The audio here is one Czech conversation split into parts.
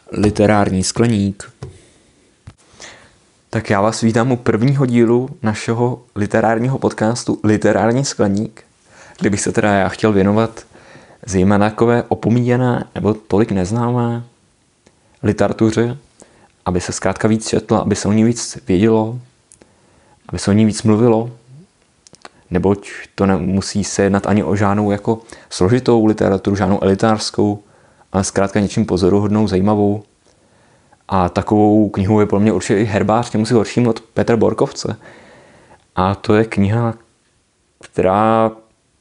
Literární skleník. Tak já vás vítám u prvního dílu našeho literárního podcastu Literární skleník, kde bych se teda já chtěl věnovat zejména takové opomíjené nebo tolik neznámé literatuře, aby se zkrátka víc četla, aby se o ní víc vědělo, aby se o ní víc mluvilo, neboť to nemusí se jednat ani o žádnou jako složitou literaturu, žádnou elitářskou, ale zkrátka něčím pozoruhodnou, zajímavou. A takovou knihu je pro mě určitě i Herbář těmu si horším od Petra Borkovce. A to je kniha, která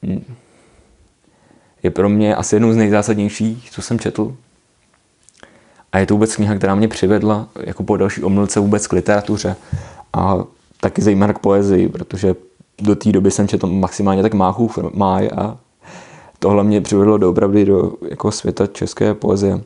je pro mě asi jednou z nejzásadnějších, co jsem četl. A je to vůbec kniha, která mě přivedla jako po další omylce vůbec k literatuře a taky zejména k poezii, protože do té doby jsem četl maximálně tak Máchův máj a tohle mě přivedlo doopravdy do jako světa české poezie.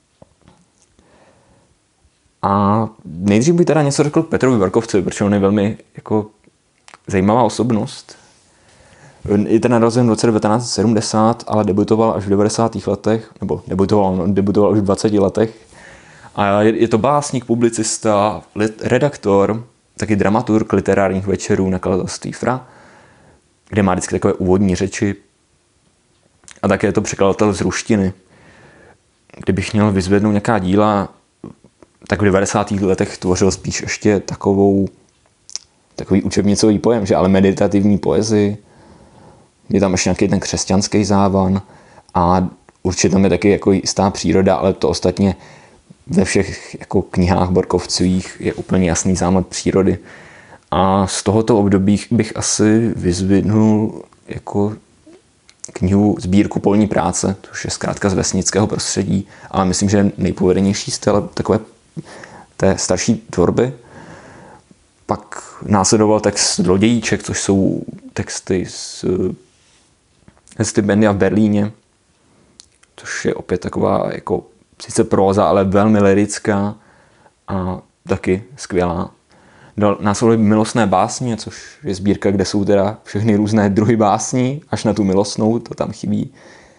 A nejdřív bych teda něco řekl Petrovi Borkovcovi, protože on je velmi jako zajímavá osobnost. Je ten narozen v roce 1970, ale debutoval až v 90. letech, nebo debutoval už v 20 letech. A je to básník, publicista, redaktor, taky dramaturg literárních večerů nakladatelství Fra, kde má vždycky takové úvodní řeči. A také je to překladatel z ruštiny. Kdybych měl vyzvednout nějaká díla, tak v 90. letech tvořil spíš ještě takový učebnicový pojem, že ale meditativní poezii. Je tam ještě nějaký ten křesťanský závan a určitě tam je taky jako jistá příroda, ale to ostatně ve všech jako knihách Borkovcových je úplně jasný zámad přírody. A z tohoto období bych asi vyzvednul jako knihu Sbírku polní práce, což je zkrátka z vesnického prostředí, ale myslím, že je nejpovedenější z té starší tvorby. Pak následoval text Zlodějíček, což jsou texty z stipendia v Berlíně, což je opět taková jako sice próza, ale velmi lyrická a taky skvělá. Následují Milostné básně, což je sbírka, kde jsou teda všechny různé druhy básní, až na tu milostnou, to tam chybí.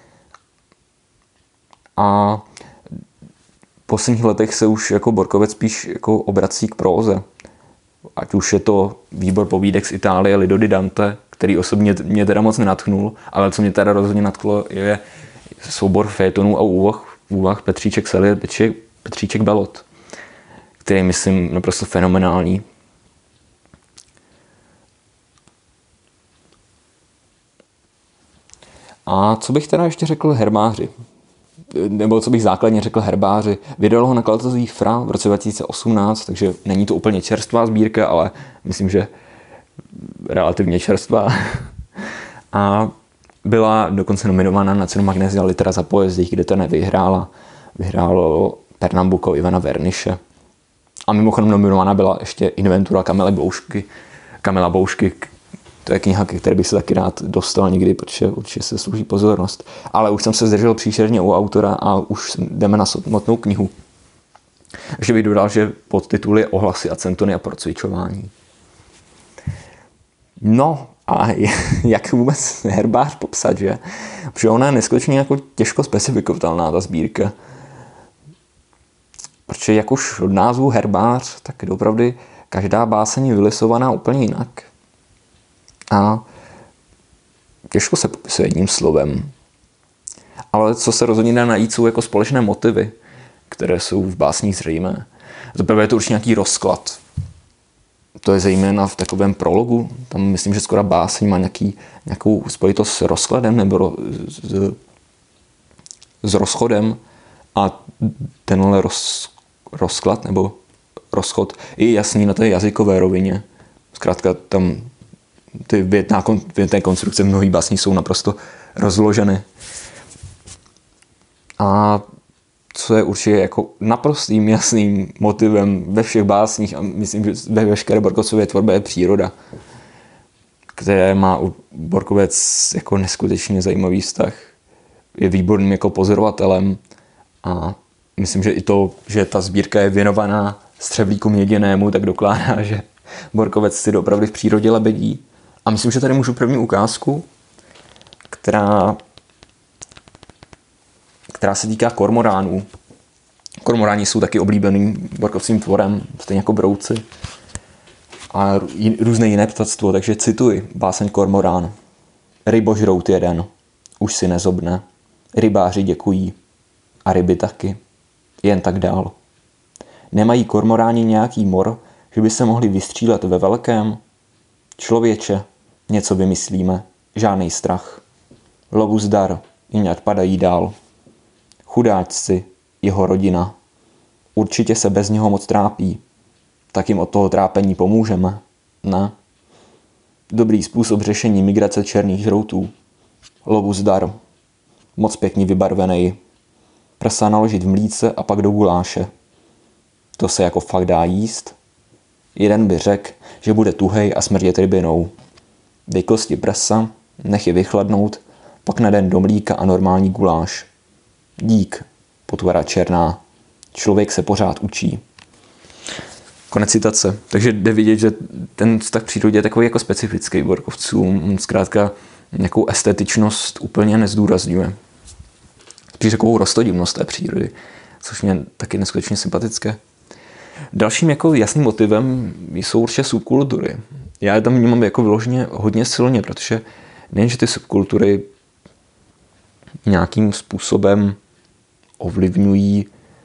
A v posledních letech se už jako Borkovec spíš jako obrací k próze. Ať už je to výbor povídek z Itálie Lido di Dante, který osobně mě teda moc nenadchnul, ale co mě teda rozhodně nadchlo, je soubor fejetonů a úvah Petříček Selie, Petříček Belot, který je, myslím, naprosto fenomenální. A co bych teda ještě řekl Herbáři? Nebo co bych základně řekl Herbáři? Vydalo ho nakladatelství Fra v roce 2018, takže není to úplně čerstvá sbírka, ale myslím, že relativně čerstvá. A byla dokonce nominována na cenu Magnesia Litera za poezii, kde to nevyhrála. Vyhrálo Pernambuco Ivana Verniše. A mimochodem nominována byla ještě Inventura Kamila Boušky. To je kniha, ke které bych se taky rád dostal někdy, protože určitě se služí pozornost. Ale už jsem se zdržel příšerně u autora a už jdeme na samotnou knihu. Ještě bych dodal, že podtitul je Ohlasy a centony a procvičování. No a jak vůbec Herbář popsat, že? Protože ona je neskutečně jako těžko specifikovatelná, ta sbírka. Protože jak už od názvu Herbář, tak je opravdu každá báseň je vylosovaná úplně jinak. A těžko se popisuje jedním slovem. Ale co se rozhodně dá najít, jsou jako společné motivy, které jsou v básních zřejmé. Zaprvé je to určitě nějaký rozklad. To je zejména v takovém prologu. Tam myslím, že skoro báseň má nějakou spojitost s rozkladem nebo s rozchodem. A tenhle rozklad nebo rozchod je jasný na té jazykové rovině. Zkrátka tam ty větné konstrukce v mnohých básních jsou naprosto rozloženy. A co je určitě jako naprostým jasným motivem ve všech básních a myslím, že ve veškeré Borkovcově tvorbě je příroda, které má Borkovec jako neskutečně zajímavý vztah. Je výborným jako pozorovatelem a myslím, že i to, že ta sbírka je věnovaná střevlíku měděnému, tak dokládá, že Borkovec si opravdu v přírodě lebedí. A myslím, že tady můžu první ukázku, která se týká kormoránů. Kormoráni jsou taky oblíbeným borkovským tvorem, stejně jako brouci. A různé jiné ptactvo, takže cituji báseň Kormorán. Rybožrout jeden, už si nezobne. Rybáři děkují. A ryby taky. Jen tak dál. Nemají kormoráni nějaký mor, že by se mohli vystřílet ve velkém? Člověče, něco vymyslíme. Žádnej strach. Lovu zdar, jinak padají dál. Chudáčci, jeho rodina. Určitě se bez něho moc trápí. Tak jim od toho trápení pomůžeme. Ne? Dobrý způsob řešení migrace černých žroutů. Lovu zdar. Moc pěkně vybarvenej. Prsa naložit v mlíce a pak do guláše. To se jako fakt dá jíst? Jeden by řekl, že bude tuhej a smrdět rybinou. Dej kosti prsa, nech je vychladnout, pak na den do mlíka a normální guláš. Dík, potvora černá. Člověk se pořád učí. Konec citace. Takže jde vidět, že ten vztah k přírodě je takový jako specifický borkovcům. Zkrátka nějakou estetičnost úplně nezdůrazňuje. Spíš takovou roztodivnost té přírody, což mě taky neskutečně sympatické. Dalším jako jasným motivem jsou určitě subkultury. Já je tam vnímám jako vyloženě hodně silně, protože nejen, že ty subkultury nějakým způsobem ovlivňují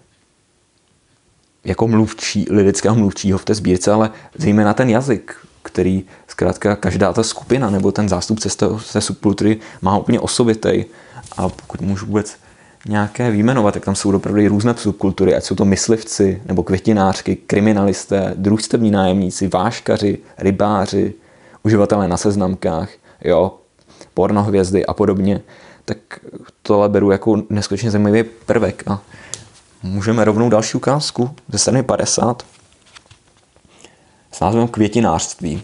jako lidického mluvčího v té sbírce, ale zejména ten jazyk, který zkrátka každá ta skupina nebo ten zástupce z té subkultury má úplně osobitej. A pokud můžu vůbec nějaké vyjmenovat, tak tam jsou opravdu různé subkultury, ať jsou to myslivci, nebo květinářky, kriminalisté, družstevní nájemníci, váškaři, rybáři, uživatelé na seznamkách, jo, pornohvězdy a podobně. Tak tohle beru jako neskutečně zajímavý prvek. A můžeme rovnou další ukázku ze strany 50 s názvem Květinářství.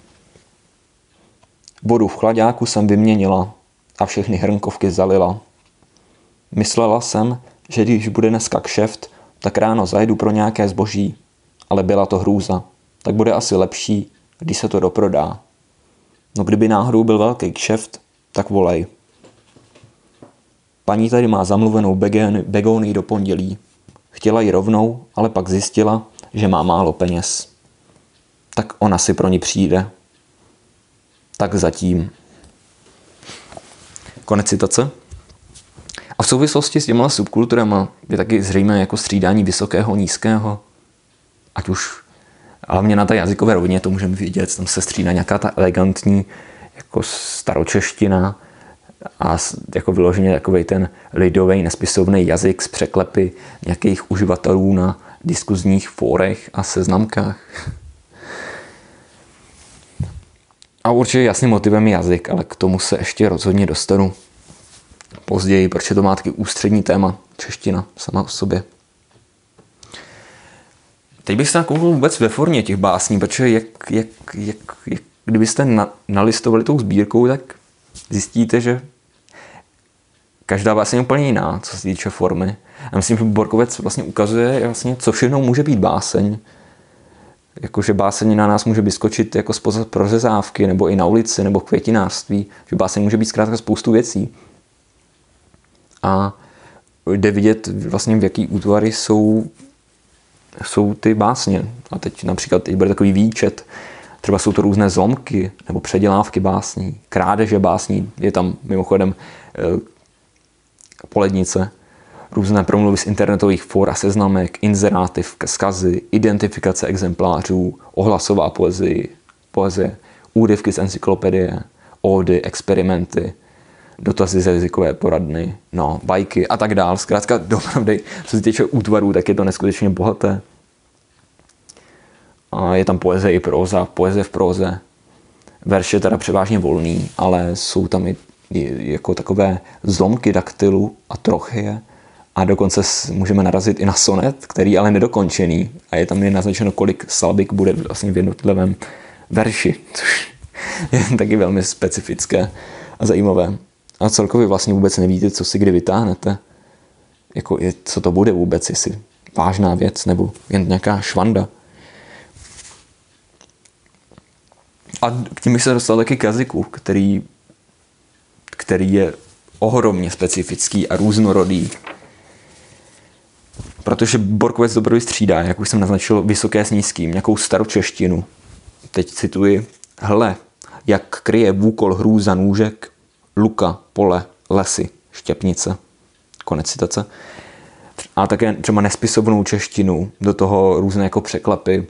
Vodu v chlaďáku jsem vyměnila a všechny hrnkovky zalila. Myslela jsem, že když bude dneska kšeft, tak ráno zajedu pro nějaké zboží, ale byla to hrůza. Tak bude asi lepší, když se to doprodá. No kdyby náhodou byl velký kšeft, tak volej. Paní tady má zamluvenou begonii do pondělí. Chtěla ji rovnou, ale pak zjistila, že má málo peněz. Tak ona si pro ní přijde. Tak zatím. Konec citace. A v souvislosti s těma subkulturama je taky zřejmé jako střídání vysokého, nízkého. Ať už hlavně na té jazykové rovině to můžeme vidět. Tam se střídá nějaká ta elegantní jako staročeština a jako vyloženě takovej ten lidový nespisovný jazyk z překlepy nějakých uživatelů na diskuzních fórech a seznamkách. A určitě jasným motivem je jazyk, ale k tomu se ještě rozhodně dostanu později, protože to má taky ústřední téma, čeština sama o sobě. Teď bych se nakoukl vůbec ve formě těch básní, protože kdybyste nalistovali tou sbírkou, tak zjistíte, že každá báseň je úplně jiná, co se týče formy. A myslím, že Borkovec vlastně ukazuje, vlastně, co všechno může být báseň. Jakože báseň na nás může vyskočit jako zpoza prozezávky, nebo i na ulici, nebo květinářství. Že báseň může být zkrátka spoustu věcí. A jde vidět vlastně, v jaký útvary jsou ty básně. A teď například bude takový výčet. Třeba jsou to různé zlomky nebo předělávky básní, krádeže básní. Je tam mimochodem polednice, různé promluvy z internetových for a seznamek, inzeráty, vzkazy, identifikace exemplářů, ohlasová poezie, úryvky z encyklopedie, ódy, experimenty, dotazy ze jazykové poradny, bajky a tak dál. Zkrátka dopravdy, co se týče útvarů, tak je to neskutečně bohaté. A je tam poezie i próza, poezie v próze. Verš je teda převážně volný, ale jsou tam i jako takové zlomky daktylu a trochie. A dokonce můžeme narazit i na sonet, který ale nedokončený. A je tam naznačeno, kolik salbik bude vlastně v jednotlivém verši, což je taky velmi specifické a zajímavé. A celkově vlastně vůbec nevíte, co si kdy vytáhnete. Jako co to bude vůbec, jestli vážná věc nebo jen nějaká švanda. A k tím bych se dostal taky k jazyku, který je ohromně specifický a různorodý. Protože Borkovec dobrovi střídá, jak už jsem naznačil, vysoké s nízkým, nějakou staročeštinu. Teď cituji. Hle, jak kryje vůkol hrůza nůžek, luka, pole, lesy, štěpnice. Konec citace. A také třeba nespisovnou češtinu, do toho různé jako překlapy.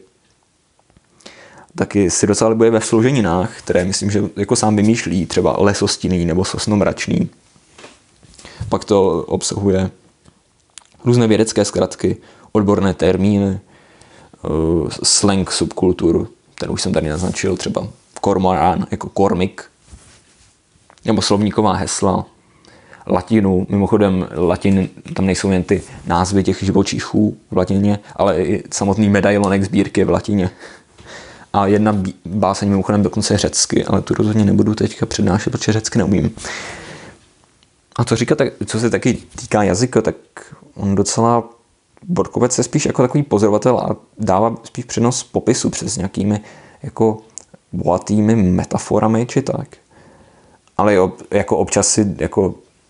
Taky si docela libuje ve složeninách, které myslím, že jako sám vymýšlí, třeba lesostinný nebo sosnomračný. Pak to obsahuje různé vědecké zkratky, odborné termíny, slang subkulturu, ten už jsem tady naznačil, třeba kormorán jako kormik, nebo slovníková hesla, latinu, mimochodem latin, tam nejsou jen ty názvy těch živočichů v latině, ale i samotný medailonek sbírky v latině. A jedna báseň mimochodem dokonce řecky, ale tu rozhodně nebudu teďka přednášet, protože řecky neumím. A co se taky týká jazyka, tak on docela Borkovec je spíš jako takový pozorovatel a dává spíš přednost popisu přes nějakými jako bohatými metaforami či tak. Ale jako občas si jako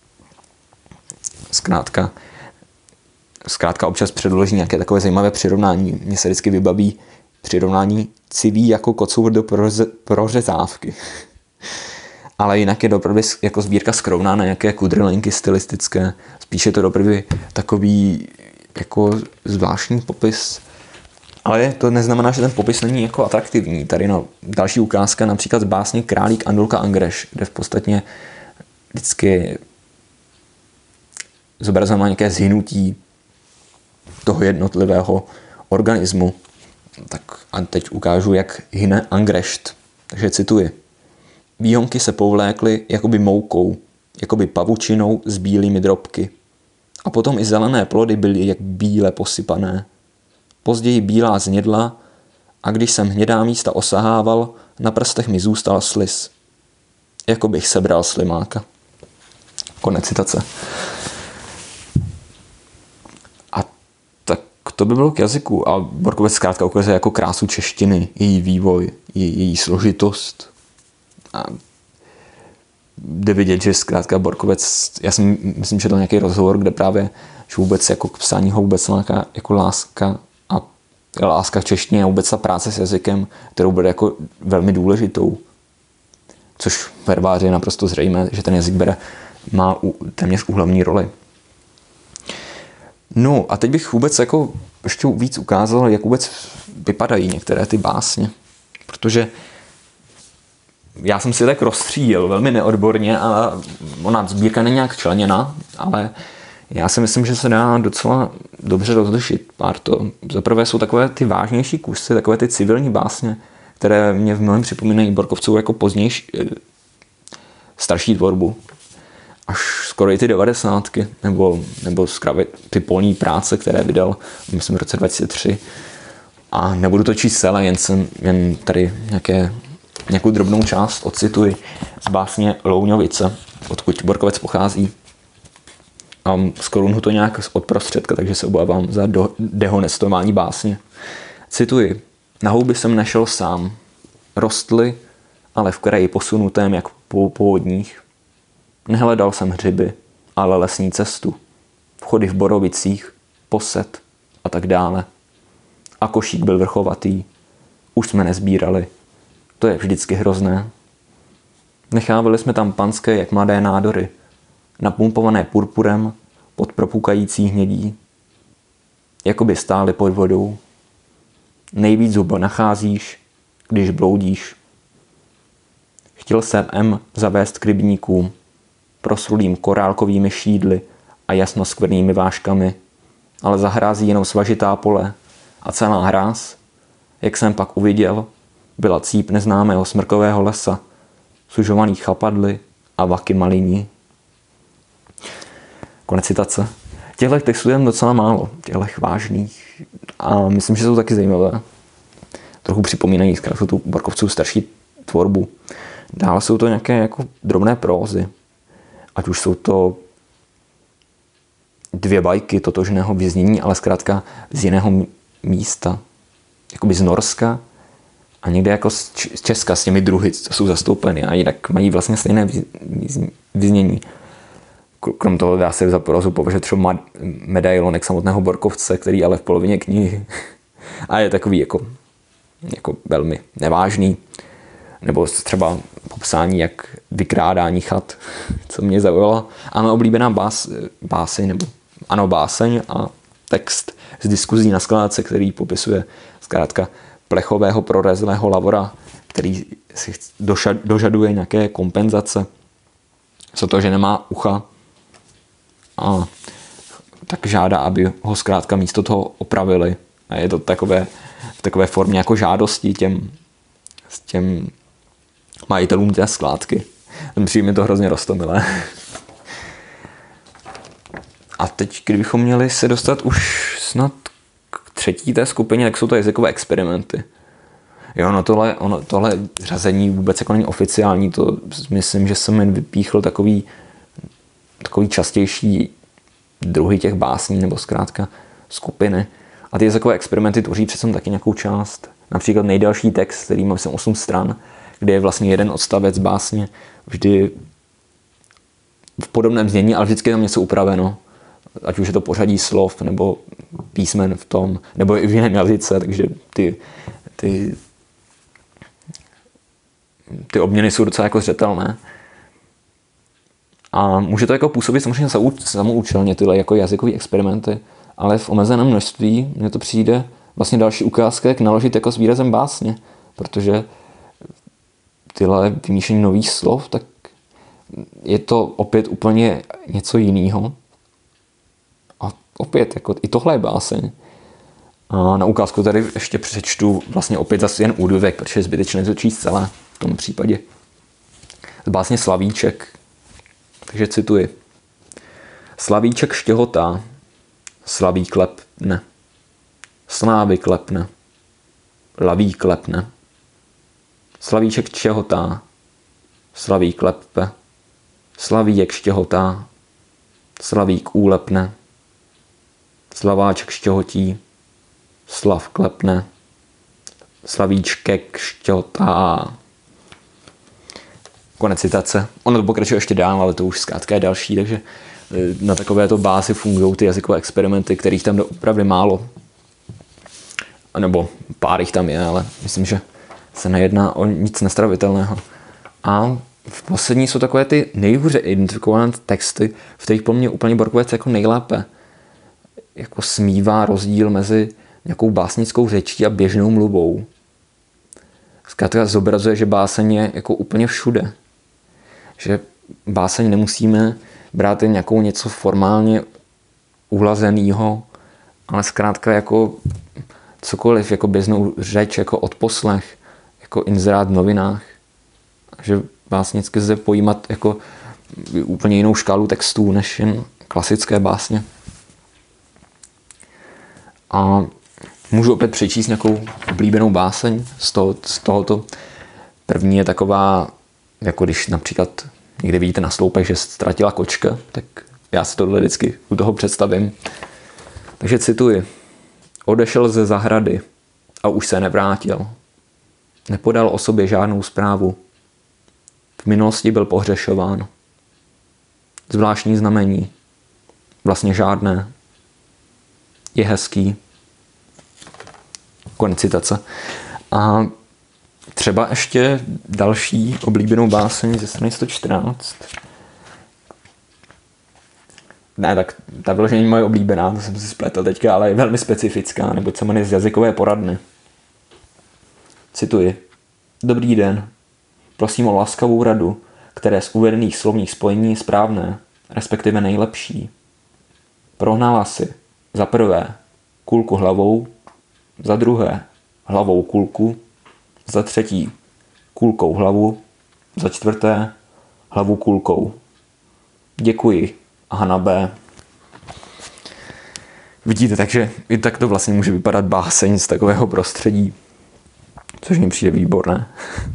zkrátka občas předloží nějaké takové zajímavé přirovnání. Mně se vždycky vybaví přirovnání civí jako kocour do prořezávky. Ale jinak je dopravy jako sbírka skrovná na nějaké kudrlinky stylistické. Spíše to dopravy takový jako zvláštní popis. Ale to neznamená, že ten popis není jako atraktivní. Tady další ukázka například z básně Králík Andulka Angreš, kde v podstatě vždycky zobrazujeme nějaké zhynutí toho jednotlivého organismu. Tak a teď ukážu, jak hyne Angrešt. Takže cituji. Výhonky se povlékly jakoby moukou, jakoby pavučinou s bílými drobky. A potom i zelené plody byly jak bíle posypané. Později bílá znědla a když jsem hnědá místa osahával, na prstech mi zůstal sliz. Jako bych sebral slimáka. Konec citace. A tak to by bylo k jazyku. A Borkovec zkrátka ukazuje jako krásu češtiny, její vývoj, její složitost. A jde vidět, že zkrátka Borkovec, já si myslím, že to nějaký rozhovor, kde právě že vůbec jako k psání ho vůbec nějaká jako láska k češtině a vůbec ta práce s jazykem, kterou bude jako velmi důležitou. Což v verbáři je naprosto zřejmé, že ten jazyk má téměř hlavní roli. No a teď bych vůbec jako ještě víc ukázal, jak vůbec vypadají některé ty básně. Protože já jsem si tak rozstřídil velmi neodborně a ona sbírka není nějak členěna, ale já si myslím, že se dá docela dobře rozlišit pár to. Zaprvé jsou takové ty vážnější kusy, takové ty civilní básně, které mě v mnohem připomínají Borkovcovou jako pozdější starší tvorbu. Až skoro i ty 90. nebo zkrátky ty polní práce, které vydal, myslím v roce 2003. A nebudu to číst celé, jen tady nějakou drobnou část ocituji z básně Louňovice, odkud Borkovec pochází. A skorunhu to nějak od prostředka, takže se obávám za dehonestování básně. Cituji. Na houby jsem nešel sám. Rostly, ale v kraji posunutém jak po povodních. Nehledal jsem hřiby, ale lesní cestu. Vchody v borovicích, posed a tak dále. A košík byl vrchovatý. Už jsme nezbírali. To je vždycky hrozné. Nechávali jsme tam panské jak mladé nádory, napumpované purpurem pod propukající hnědí. Jakoby stály pod vodou. Nejvíc zubo nacházíš, když bloudíš. Chtěl jsem zavést k rybníkům, proslulým korálkovými šídly a jasnoskvrnými vážkami, ale zahrází jenom svažitá pole a celá hráz, jak jsem pak uviděl, byla cíp neznámého smrkového lesa, sužovaných chapadly a vaky malíní. Konec citace. Těchto textů je docela málo, těchto vážných, a myslím, že jsou taky zajímavé. Trochu připomínají zkrátka tu Borkovcovu starší tvorbu. Dále jsou to nějaké jako drobné prózy. Ať už jsou to 2 bajky totožného vyznění, ale zkrátka z jiného místa. Jakoby z Norska a někde jako z Česka s těmi druhy, co jsou zastoupeny a jinak mají vlastně stejné vyznění. krom toho dá se za prozu považovat třeba medailonek samotného Borkovce, který ale v polovině knihy a je takový jako velmi nevážný. Nebo třeba popsání, jak vykrádání chat, co mě zaujalo. A moje oblíbená báseň a text z diskuzí na skládce, který popisuje zkrátka plechového prorezlého lavora, který si dožaduje nějaké kompenzace za to, že nemá ucha, a tak žádá, aby ho zkrátka místo toho opravili. A je to v takové formě jako žádosti těm majitelům té skládky. Přijde mi to hrozně roztomilé. A teď, kdybychom měli se dostat už snad k třetí té skupině, tak jsou to jazykové experimenty. Jo, tohle řazení vůbec jako není oficiální, to myslím, že jsem jen vypíchl takový častější druhy těch básní, nebo zkrátka skupiny. A ty jazykové experimenty tvoří přece taky nějakou část. Například nejdelší text, který má 8 stran, kde je vlastně jeden odstavec básně, vždy v podobném znění, ale vždycky je tam něco upraveno. Ať už je to pořadí slov, nebo písmen v tom, nebo i v jiném jazyce, takže ty obměny jsou docela jako zřetelné. A může to jako působit samozřejmě samoučelně tyhle jako jazykové experimenty, ale v omezeném množství mně to přijde vlastně další ukázka, jak naložit jako s výrazem básně, protože tyhle vymýšlení nových slov, tak je to opět úplně něco jiného. A opět, jako i tohle je báseň. A na ukázku tady ještě přečtu vlastně opět zase jen úryvek, protože je zbytečné to číst celé v tom případě. Z básně Slavíček. Takže cituji. Slavíček štěhotá, slaví klepne, slávy klepne, laví klepne. Slavíček čehotá, slaví kleppe, slavíjek štěhotá, slavík úlepne, slaváček štěhotí, slav klepne, slavíčkek štěhotá. Konec citace. Ono to pokračuje ještě dál, ale to už zkrátka je další, takže na takovéto bázi fungují ty jazykové experimenty, kterých tam opravdu málo. Nebo pár jich tam je, ale myslím, že se nejedná o nic nestravitelného. A v poslední jsou takové ty nejhůře identifikované texty, v kterých po mně úplně Borkovec jako nejlépe jako smívá rozdíl mezi nějakou básnickou řečí a běžnou mluvou. Zkrátka zobrazuje, že báseň je jako úplně všude. Že báseň nemusíme brát jen nějakou něco formálně uhlazenýho, ale zkrátka jako cokoliv, jako běžnou řeč, jako odposlech, jako inzerát v novinách. Že básnicky lze pojímat jako úplně jinou škálu textů, než jen klasické básně. A můžu opět přečíst nějakou oblíbenou báseň z tohoto. První je taková, jako když například někde vidíte na sloupech, že ztratila kočka, tak já si tohle vždycky u toho představím. Takže cituji. Odešel ze zahrady a už se nevrátil. Nepodal o sobě žádnou zprávu. V minulosti byl pohřešován. Zvláštní znamení. Vlastně žádné. Je hezký. Konec citace. A třeba ještě další oblíbenou báseň ze strany 114. Ne, tak ta vyloženě není moje oblíbená, to jsem si spletl teďka, ale je velmi specifická, neboť se jmenuje z jazykové poradny. Cituji. Dobrý den. Prosím o laskavou radu, které z uvedených slovních spojení je správné, respektive nejlepší. Prohnala si za prvé kulku hlavou, za druhé hlavou kulku, za třetí kulkou hlavu, za čtvrté hlavu kulkou. Děkuji. Hana B. Vidíte, takže i tak to vlastně může vypadat báseň z takového prostředí, což mi přijde výborné.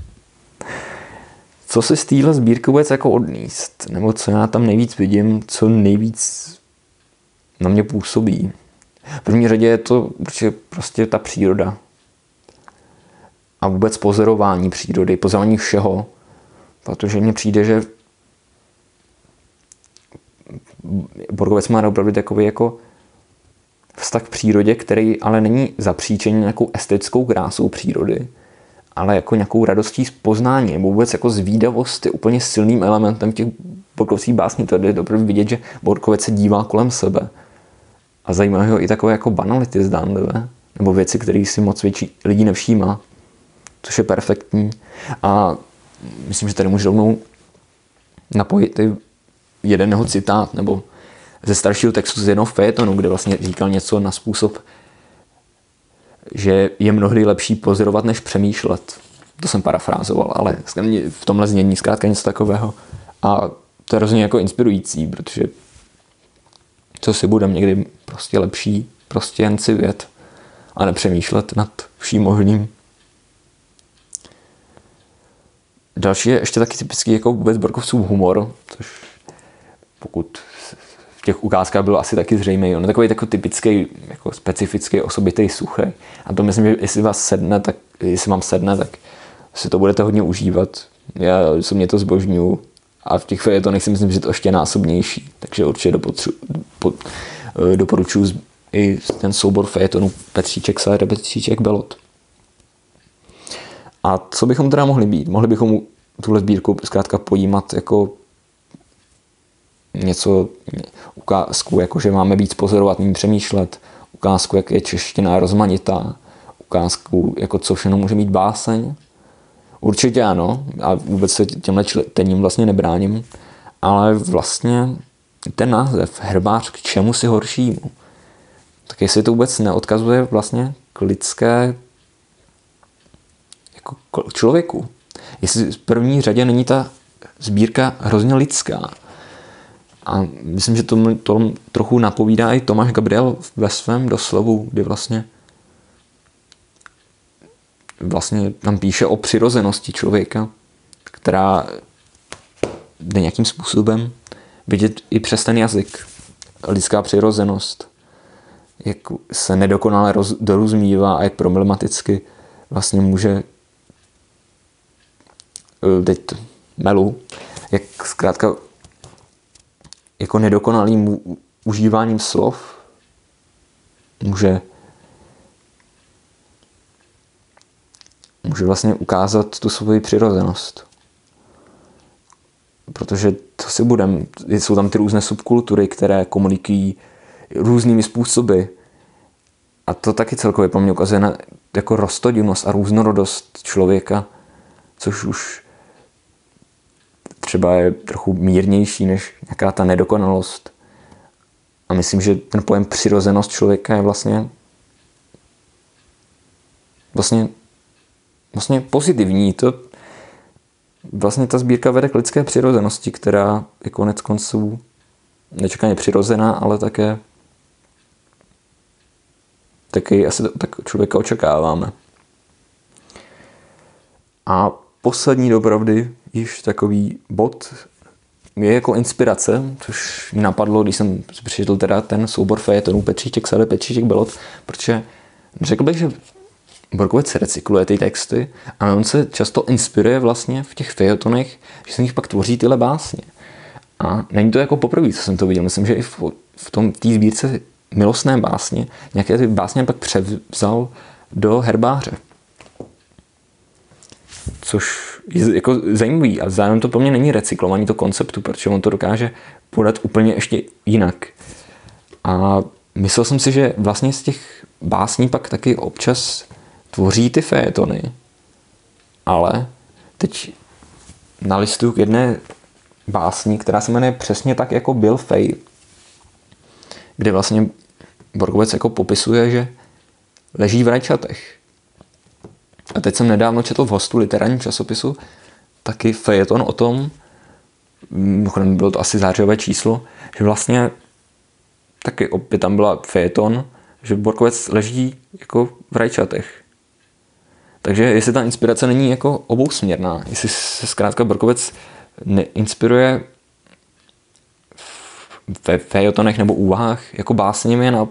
Co si z téhle sbírky vůbec jako odníst? Nebo co já tam nejvíc vidím, co nejvíc na mě působí? V první řadě je to určitě prostě ta příroda. A vůbec pozorování přírody, pozorování všeho. Protože mně přijde, že Borkovec má opravdu takový jako vztah k přírodě, který ale není zapříčený nějakou estetickou krásou přírody, ale jako nějakou radostí z poznání, nebo vůbec jako zvídavost je úplně silným elementem v těch Borkovcích básní. To je opravdu vidět, že Borkovec se dívá kolem sebe a zajímají ho i takové jako banality zdánlivé, nebo věci, které si moc větší lidí nevšímá, což je perfektní. A myslím, že tady můžu rovnou napojit i jeden jeho citát, nebo ze staršího textu z jednoho fejetonu, kde vlastně říkal něco na způsob, že je mnohdy lepší pozorovat, než přemýšlet. To jsem parafrázoval, ale v tomhle znění zkrátka něco takového. A to je hrozně jako inspirující, protože co si budem, někdy prostě lepší prostě jen si vědět a nepřemýšlet nad vším možným. Další je ještě taky typický jako vůbec Borkovcův humor, což pokud v těch ukázkách bylo asi taky zřejmé. On je takový typický, jako specifický, osobitý, suchý. A to myslím, že jestli vám sedne, tak si to budete hodně užívat. Já se mě to zbožňuju. A v těch fejetonech si myslím, že to ještě násobnější. Takže určitě doporučuji i ten soubor fejetonů Petříček Sade, Petříček Belot. A co bychom teda mohli být? Mohli bychom tuhle sbírku zkrátka pojímat jako něco, ukázku, jako že máme víc pozorovat, méně přemýšlet, ukázku, jak je čeština rozmanitá, ukázku, jako co všechno může mít báseň. Určitě ano, a vůbec se těmhle čtením vlastně nebráním, ale vlastně ten název Herbář k čemu si horšímu, tak jestli to vůbec neodkazuje vlastně k lidské, jako k člověku. Jestli v první řadě není ta sbírka hrozně lidská. A myslím, že to trochu napovídá i Tomáš Gabriel ve svém doslovu, kdy vlastně tam píše o přirozenosti člověka, která jde nějakým způsobem vidět i přes ten jazyk. Lidská přirozenost, jak se nedokonale dorozumívá a jak problematicky vlastně může teď melu, jak zkrátka jako nedokonalým užíváním slov může vlastně ukázat tu svoji přirozenost. Protože co si budem, jsou tam ty různé subkultury, které komunikují různými způsoby. A to taky celkově pro mě ukazuje na jako roztodivnost a různorodost člověka, což už třeba je trochu mírnější než nějaká ta nedokonalost. A myslím, že ten pojem přirozenost člověka je vlastně pozitivní. To vlastně ta sbírka vede k lidské přirozenosti, která je konec konců nečekaně přirozená, ale také asi tak člověka očekáváme. A poslední doopravdy již takový bod je jako inspirace, což mi napadlo, když jsem přečetl teda ten soubor fejetonů Petříček Sade, Petříček Belot, protože řekl bych, že Borkovec recykluje ty texty a on se často inspiruje vlastně v těch fejetonech, že se z nich pak tvoří tyhle básně. A není to jako poprvé, co jsem to viděl. Myslím, že i v té sbírce milostné básně nějaké ty básně pak převzal do Herbáře. Což je jako zajímavý a zároveň to pro mě není recyklovaný to konceptu, protože on to dokáže podat úplně ještě jinak. A myslel jsem si, že vlastně z těch básní pak taky občas tvoří ty fejetony, ale teď nalistuju k jedné básní, která se jmenuje přesně tak, jako byl Fej, kde vlastně Borkovec jako popisuje, že leží v rajčatech. A teď jsem nedávno četl v Hostu, literárním časopisu, taky fejeton o tom, bylo to asi zářijové číslo, že vlastně taky opět tam byla fejeton, že Borkovec leží jako v rajčatech. Takže jestli ta inspirace není jako obousměrná, jestli se zkrátka Borkovec neinspiruje ve fejetonech nebo úvahách jako básněmi, a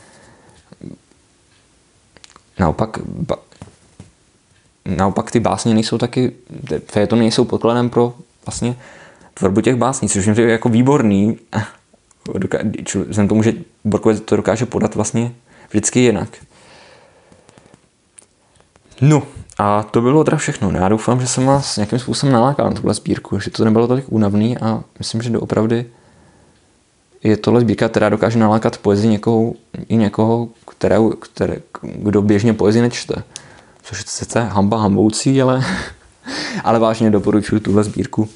naopak ty básně nejsou taky, fejetony nejsou podkladem pro vlastně tvorbu těch básní, což je jako výborný Vzhledem tomu, že Borkovec to dokáže podat vlastně vždycky jinak. No a to bylo teda všechno. Já doufám, že jsem vás nějakým způsobem nalákal na tuhle sbírku, že to nebylo tolik únavný a myslím, že doopravdy je tohle sbírka, která dokáže nalákat poezii někoho, kdo běžně poezii nečte. Což je sice hamba hamboucí, ale vážně doporučuji tuhle sbírku.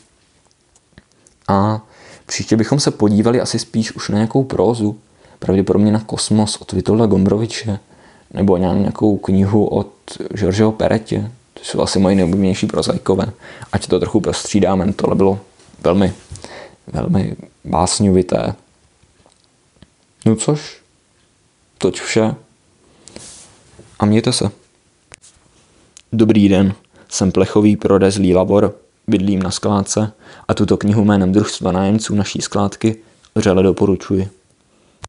A příště bychom se podívali asi spíš už na nějakou prózu, pravděpodobně na Kosmos od Vitolda Gombroviče, nebo nějakou knihu od Georgeho Peretě. To jsou asi moji nejoblíbenější prozaikové. Ať to trochu prostřídáme, tohle bylo velmi, velmi básňovité. No což, toť vše. A mějte se. Dobrý den, jsem plechový prodezlý labor, bydlím na skládce a tuto knihu jménem družstva nájemců naší skládky vřele doporučuji.